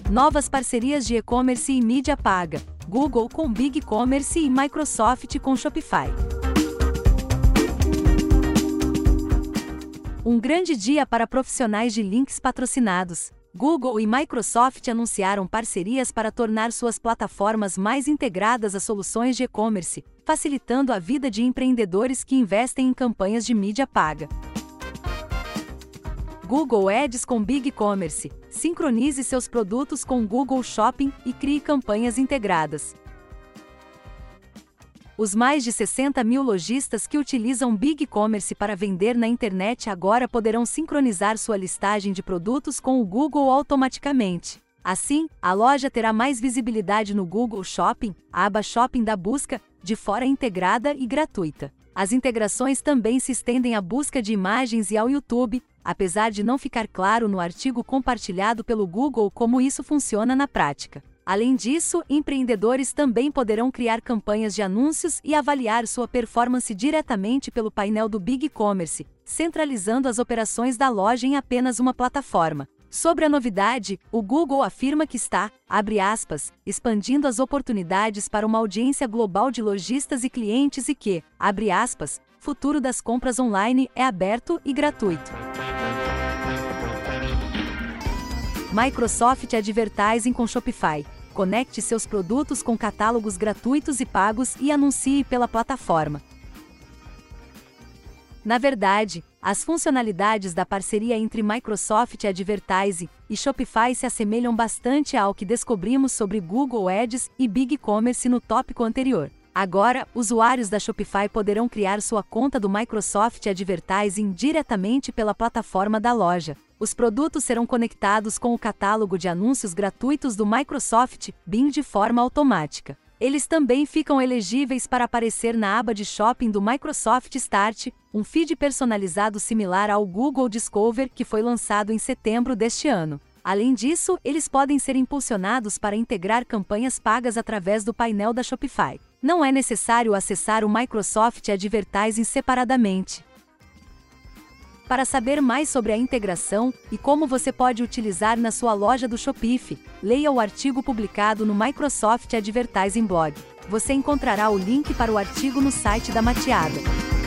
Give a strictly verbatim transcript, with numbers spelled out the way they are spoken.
Novas parcerias de e-commerce e mídia paga. Google com BigCommerce e Microsoft com Shopify. Um grande dia para profissionais de links patrocinados. Google e Microsoft anunciaram parcerias para tornar suas plataformas mais integradas a soluções de e-commerce, facilitando a vida de empreendedores que investem em campanhas de mídia paga. Google Ads com BigCommerce. Sincronize seus produtos com Google Shopping e crie campanhas integradas. Os mais de sessenta mil lojistas que utilizam BigCommerce para vender na internet agora poderão sincronizar sua listagem de produtos com o Google automaticamente. Assim, a loja terá mais visibilidade no Google Shopping, a aba Shopping da busca, de forma integrada e gratuita. As integrações também se estendem à busca de imagens e ao YouTube, apesar de não ficar claro no artigo compartilhado pelo Google como isso funciona na prática. Além disso, empreendedores também poderão criar campanhas de anúncios e avaliar sua performance diretamente pelo painel do BigCommerce, centralizando as operações da loja em apenas uma plataforma. Sobre a novidade, o Google afirma que está, abre aspas, expandindo as oportunidades para uma audiência global de lojistas e clientes e que, abre aspas, futuro das compras online é aberto e gratuito. Microsoft Advertising com Shopify. Conecte seus produtos com catálogos gratuitos e pagos e anuncie pela plataforma. Na verdade, as funcionalidades da parceria entre Microsoft Advertising e Shopify se assemelham bastante ao que descobrimos sobre Google Ads e BigCommerce no tópico anterior. Agora, usuários da Shopify poderão criar sua conta do Microsoft Advertising diretamente pela plataforma da loja. Os produtos serão conectados com o catálogo de anúncios gratuitos do Microsoft Bing de forma automática. Eles também ficam elegíveis para aparecer na aba de shopping do Microsoft Start, um feed personalizado similar ao Google Discover que foi lançado em setembro deste ano. Além disso, eles podem ser impulsionados para integrar campanhas pagas através do painel da Shopify. Não é necessário acessar o Microsoft Advertising separadamente. Para saber mais sobre a integração e como você pode utilizar na sua loja do Shopify, leia o artigo publicado no Microsoft Advertising Blog. Você encontrará o link para o artigo no site da Mateada.